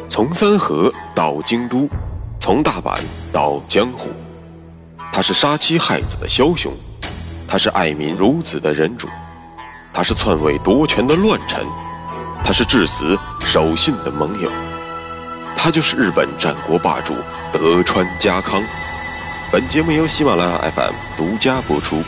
从三河到京都，从大阪到江湖，他是杀妻害子的枭雄，他是爱民如子的仁主，他是篡位夺权的乱臣，他是至死守信的盟友，他就是日本战国霸主德川家康。本节目由喜马拉雅 FM 独家播出。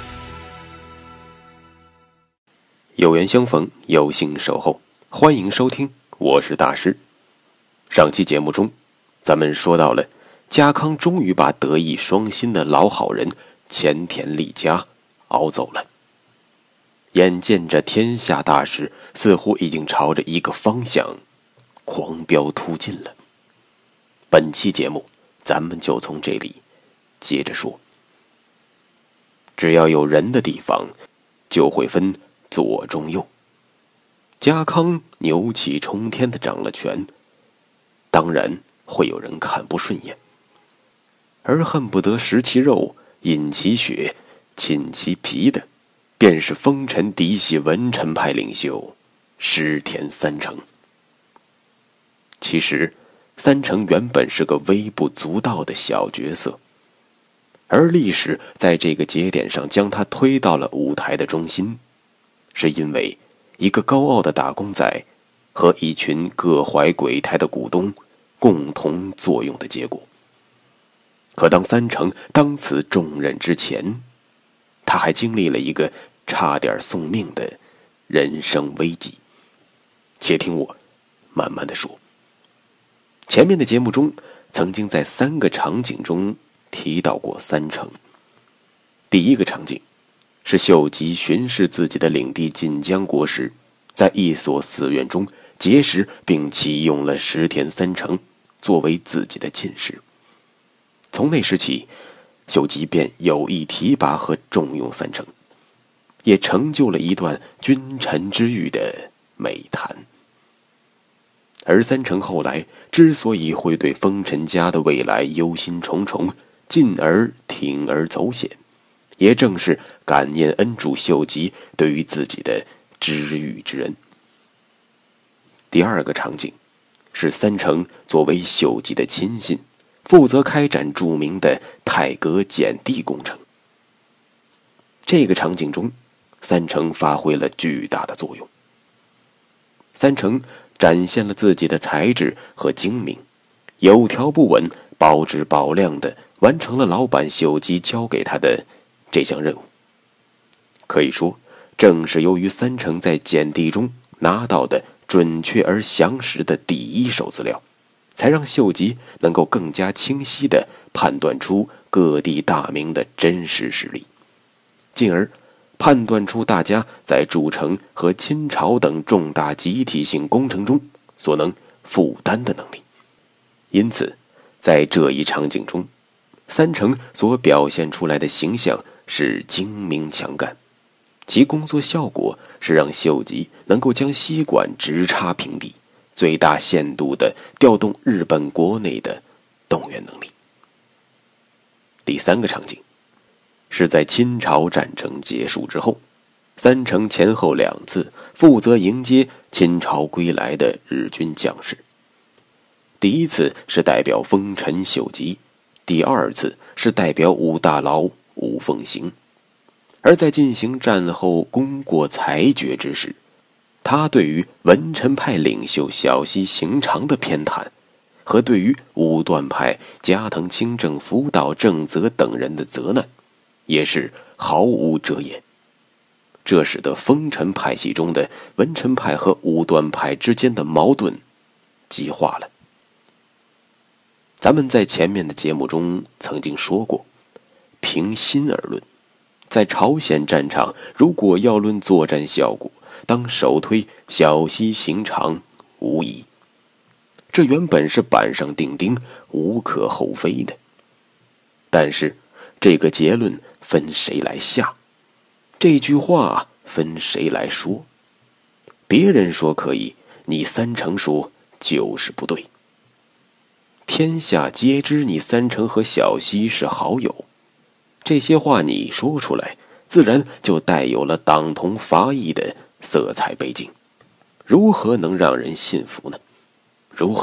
有缘相逢，有幸守候，欢迎收听，我是大师。上期节目中，咱们说到了家康终于把德艺双馨的老好人前田利家熬走了。眼见着天下大势似乎已经朝着一个方向狂飙突进了，本期节目咱们就从这里接着说。只要有人的地方就会分左中右，家康牛气冲天的掌了权，当然会有人看不顺眼，而恨不得食其肉饮其血寝其皮的便是丰臣嫡系文臣派领袖石田三成。其实三成原本是个微不足道的小角色，而历史在这个节点上将他推到了舞台的中心，是因为一个高傲的打工仔和一群各怀鬼胎的股东共同作用的结果。可当三成当此重任之前，他还经历了一个差点送命的人生危机。且听我慢慢的说。前面的节目中曾经在3个场景中提到过三成。第一个场景是秀吉巡视自己的领地晋江国时，在一所寺院中结识并启用了石田三成作为自己的近侍。从那时起，秀吉便有意提拔和重用三成，也成就了一段君臣之遇的美谈。而三成后来之所以会对丰臣家的未来忧心忡忡，进而铤而走险，也正是感念恩主秀吉对于自己的知遇之恩。第二个场景是三成作为秀吉的亲信，负责开展著名的太阁减地工程。这个场景中，三成发挥了巨大的作用。三成展现了自己的才智和精明，有条不紊、保质保量地完成了老板秀吉交给他的这项任务。可以说，正是由于三成在减地中拿到的准确而详实的第一手资料，才让秀吉能够更加清晰地判断出各地大名的真实实力，进而判断出大家在筑城和侵朝等重大集体性工程中所能负担的能力。因此，在这一场景中，三成所表现出来的形象是精明强干，其工作效果是让秀吉能够将西馆直插平地，最大限度地调动日本国内的动员能力。第三个场景是在侵朝战争结束之后，三成前后2次负责迎接侵朝归来的日军将士。第一次是代表丰臣秀吉，第二次是代表武大佬武奉行。而在进行战后功过裁决之时，他对于文臣派领袖小西行长的偏袒，和对于武断派加藤清正、福岛正则等人的责难，也是毫无遮掩。这使得丰臣派系中的文臣派和武断派之间的矛盾激化了。咱们在前面的节目中曾经说过，平心而论，在朝鲜战场如果要论作战效果，当首推小西行长无疑。这原本是板上钉钉，无可厚非的。但是这个结论分谁来下，这句话分谁来说。别人说可以，你三成说就是不对。天下皆知你三成和小西是好友，这些话你说出来，自然就带有了党同伐异的色彩背景，如何能让人信服呢？如何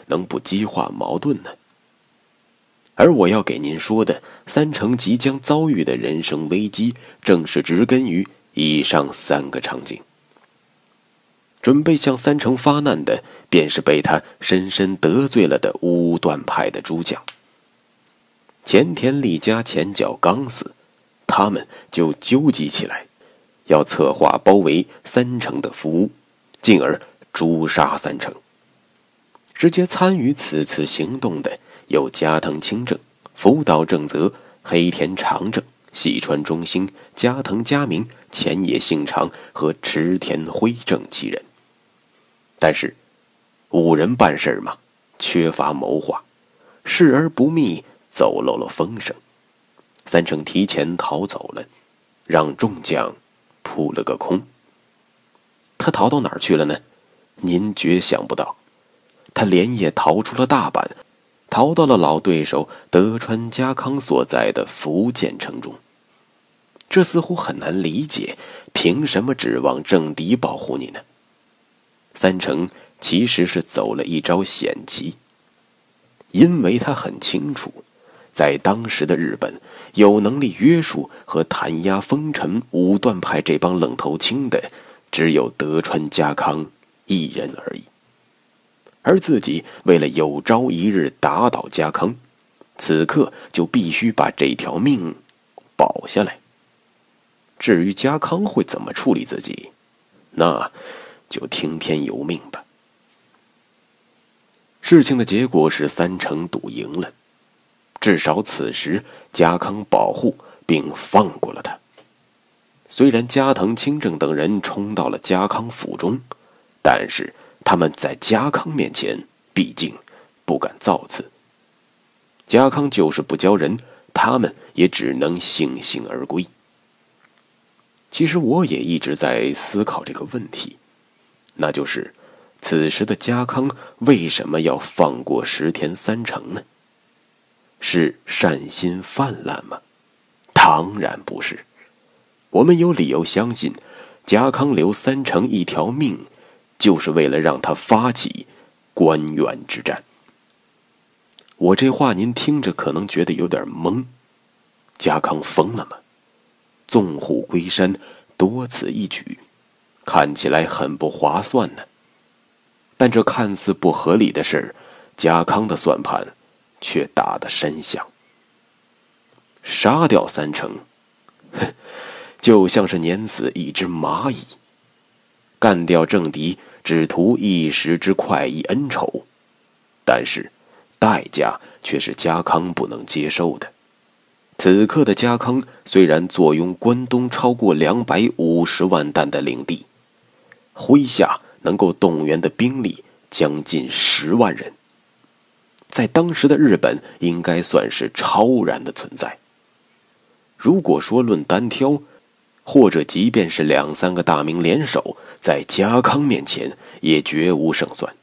能不激化矛盾呢？而我要给您说的三成即将遭遇的人生危机，正是植根于以上3个场景。准备向三成发难的，便是被他深深得罪了的武断派的诸将。前田利家前脚刚死，他们就纠集起来，要策划包围三成的夫屋，进而诛杀三成。直接参与此次行动的有加藤清正、福岛正则、黑田长政、细川忠兴、加藤嘉明、前野幸长和池田辉正7人。但是5人办事嘛，缺乏谋划，事而不密，走漏了风声。三成提前逃走了，让众将扑了个空。他逃到哪儿去了呢？您绝想不到，他连夜逃出了大阪，逃到了老对手德川家康所在的福建城中。这似乎很难理解，凭什么指望政敌保护你呢？三成其实是走了一招险棋，因为他很清楚，在当时的日本，有能力约束和弹压丰臣武断派这帮愣头青的，只有德川家康一人而已。而自己为了有朝一日打倒家康，此刻就必须把这条命保下来。至于家康会怎么处理自己，那就听天由命吧。事情的结果是三成赌赢了，至少此时家康保护并放过了他。虽然加藤清正等人冲到了家康府中，但是他们在家康面前毕竟不敢造次。家康就是不教人，他们也只能悻悻而归。其实我也一直在思考这个问题，那就是此时的家康为什么要放过石田三成呢？是善心泛滥吗？当然不是。我们有理由相信，家康留三成一条命，就是为了让他发起关原之战。我这话您听着可能觉得有点懵，家康疯了吗？纵虎归山，多此一举，看起来很不划算呢。但这看似不合理的事，家康的算盘却打得深响。杀掉三成，就像是碾死一只蚂蚁。干掉政敌，只图一时之快意恩仇，但是代价却是家康不能接受的。此刻的家康虽然坐拥关东超过250万担的领地，麾下能够动员的兵力将近10万人，在当时的日本应该算是超然的存在。如果说论单挑，或者即便是2-3个大名联手，在家康面前也绝无胜算。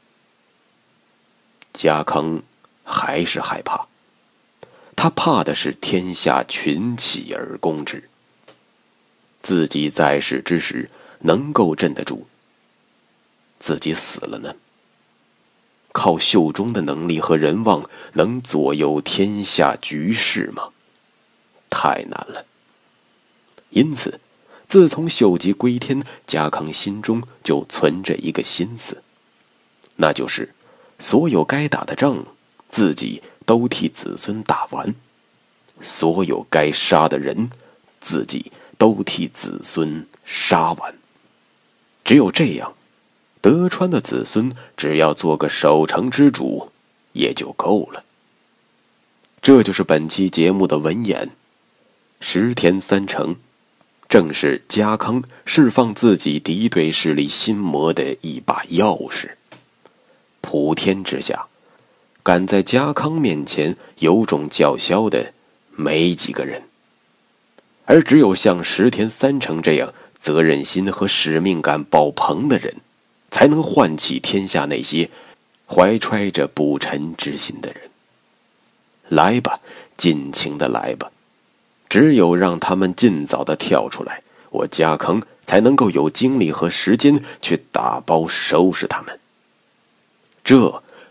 家康还是害怕，他怕的是天下群起而攻之。自己在世之时能够镇得住，自己死了呢？靠袖中的能力和人望能左右天下局势吗？太难了。因此自从秀吉归天，家康心中就存着一个心思，那就是所有该打的仗自己都替子孙打完，所有该杀的人自己都替子孙杀完。只有这样，德川的子孙只要做个守城之主也就够了。这就是本期节目的文言。石田三成正是家康释放自己敌对势力心魔的一把钥匙。普天之下，敢在家康面前有种叫嚣的没几个人，而只有像石田三成这样责任心和使命感爆棚的人，才能唤起天下那些怀揣着不臣之心的人。来吧，尽情的来吧，只有让他们尽早的跳出来，我家康才能够有精力和时间去打包收拾他们。这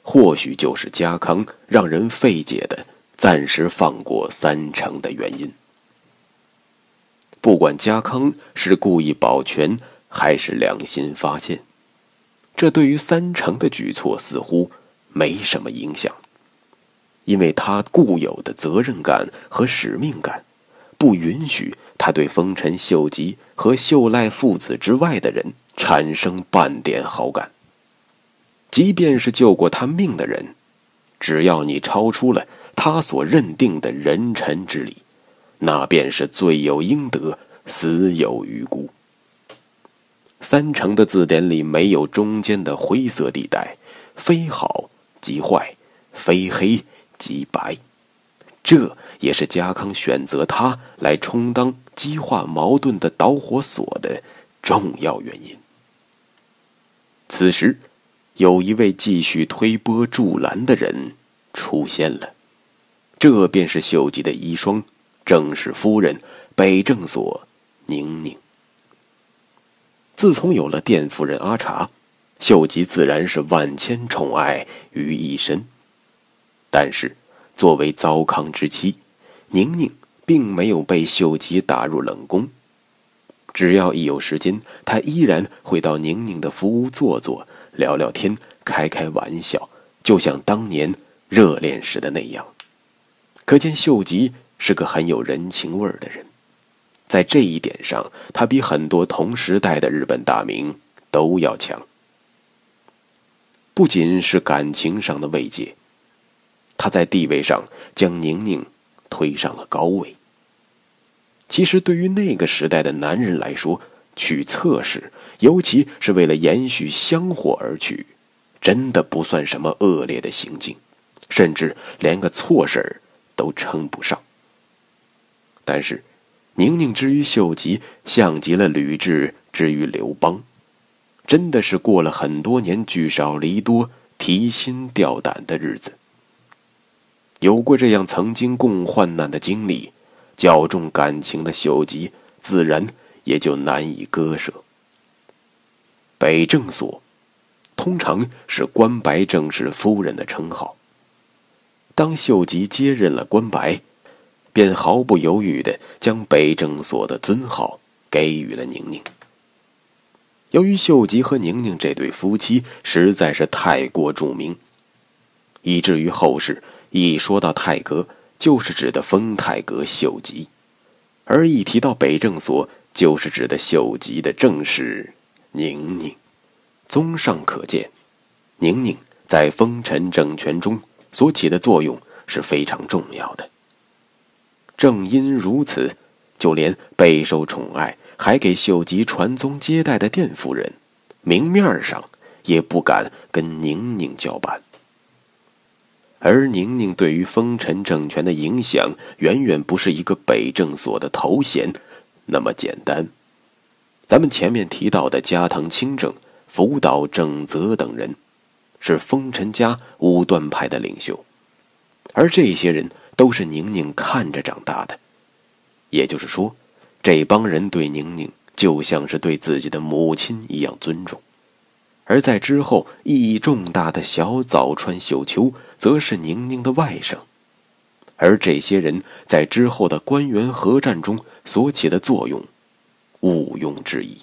或许就是家康让人费解的暂时放过三成的原因。不管家康是故意保全还是良心发现，这对于三成的举措似乎没什么影响，因为他固有的责任感和使命感不允许他对丰臣秀吉和秀赖父子之外的人产生半点好感。即便是救过他命的人，只要你超出了他所认定的人臣之礼，那便是罪有应得，死有余辜。三成的字典里没有中间的灰色地带，非好即坏，非黑即白。这也是家康选择他来充当激化矛盾的导火索的重要原因。此时，有一位继续推波助澜的人出现了，这便是秀吉的遗孀，正室夫人北政所宁宁。自从有了殿夫人阿茶，秀吉自然是万千宠爱于一身。但是作为糟糠之妻，宁宁并没有被秀吉打入冷宫。只要一有时间，他依然会到宁宁的福屋坐坐，聊聊天，开开玩笑，就像当年热恋时的那样。可见秀吉是个很有人情味的人，在这一点上，他比很多同时代的日本大名都要强。不仅是感情上的慰藉，他在地位上将宁宁推上了高位。其实对于那个时代的男人来说，娶侧室，尤其是为了延续香火而娶，真的不算什么恶劣的行径，甚至连个错事都称不上。但是宁宁之于秀吉，像极了吕雉之于刘邦，真的是过了很多年聚少离多、提心吊胆的日子。有过这样曾经共患难的经历，较重感情的秀吉自然也就难以割舍。北政所通常是关白正室夫人的称号，当秀吉接任了关白，便毫不犹豫地将北政所的尊号给予了宁宁。由于秀吉和宁宁这对夫妻实在是太过著名，以至于后世一说到太阁，就是指的丰太阁秀吉，而一提到北政所，就是指的秀吉的正室宁宁。综上可见，宁宁在丰臣政权中所起的作用是非常重要的。正因如此，就连备受宠爱还给秀吉传宗接代的殿夫人，明面上也不敢跟宁宁叫板。而宁宁对于丰臣政权的影响，远远不是一个北政所的头衔那么简单。咱们前面提到的加藤清正、福岛正则等人，是丰臣家武断派的领袖，而这些人都是宁宁看着长大的。也就是说，这帮人对宁宁就像是对自己的母亲一样尊重。而在之后意义重大的小早川秀秋，则是宁宁的外甥。而这些人在之后的关原合战中所起的作用，毋庸置疑。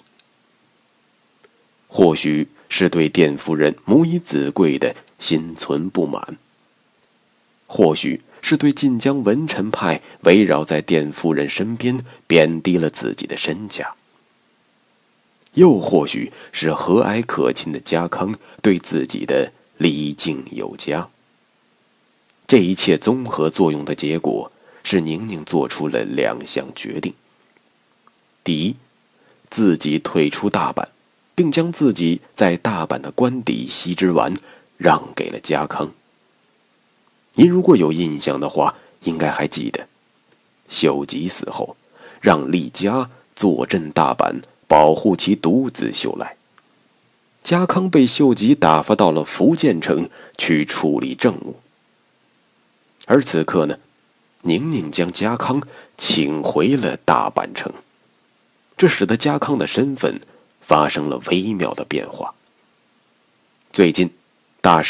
或许是对殿夫人母以子贵的心存不满，或许是对晋江文臣派围绕在殿夫人身边贬低了自己的身价，又或许是和蔼可亲的家康对自己的礼敬有加。这一切综合作用的结果是宁宁做出了两项决定。第一，自己退出大阪，并将自己在大阪的官邸西之丸让给了家康。您如果有印象的话，应该还记得，秀吉死后，让丽家坐镇大阪，保护其独子秀赖。家康被秀吉打发到了福建城去处理政务。而此刻呢，宁宁将家康请回了大阪城，这使得家康的身份发生了微妙的变化。最近，大师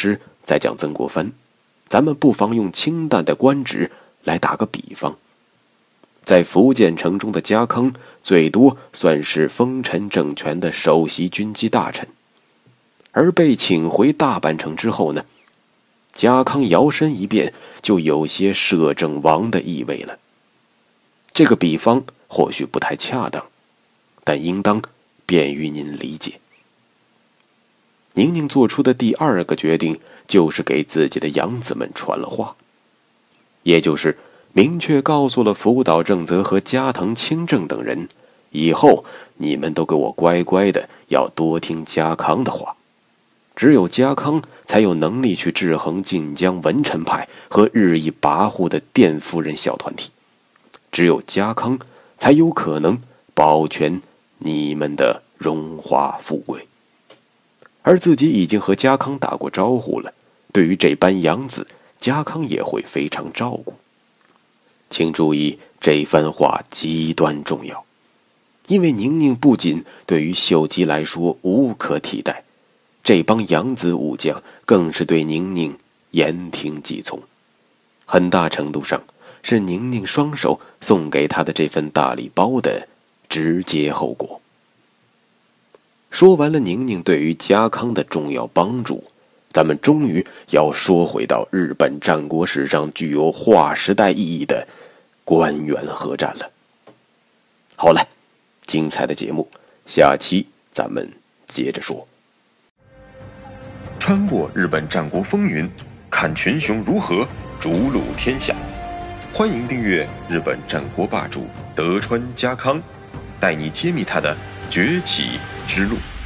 再讲曾国藩，咱们不妨用清淡的官职来打个比方。在福建城中的家康，最多算是丰臣政权的首席军机大臣，而被请回大阪城之后呢，家康摇身一变，就有些摄政王的意味了。这个比方或许不太恰当，但应当便于您理解。宁宁做出的第二个决定，就是给自己的养子们传了话，也就是明确告诉了福岛正则和加藤清正等人，以后你们都给我乖乖的，要多听家康的话。只有家康才有能力去制衡晋江文臣派和日益跋扈的佃夫人小团体，只有家康才有可能保全你们的荣华富贵。而自己已经和家康打过招呼了，对于这班养子，家康也会非常照顾。请注意，这番话极端重要，因为宁宁不仅对于秀吉来说无可替代，这帮养子武将更是对宁宁言听计从，很大程度上是宁宁双手送给他的这份大礼包的直接后果。说完了宁宁对于家康的重要帮助，咱们终于要说回到日本战国史上具有划时代意义的关原合战了。好了，精彩的节目，下期咱们接着说。 穿过日本战国风云，看群雄如何逐鹿天下。欢迎订阅日本战国霸主德川家康，带你揭秘他的崛起之路。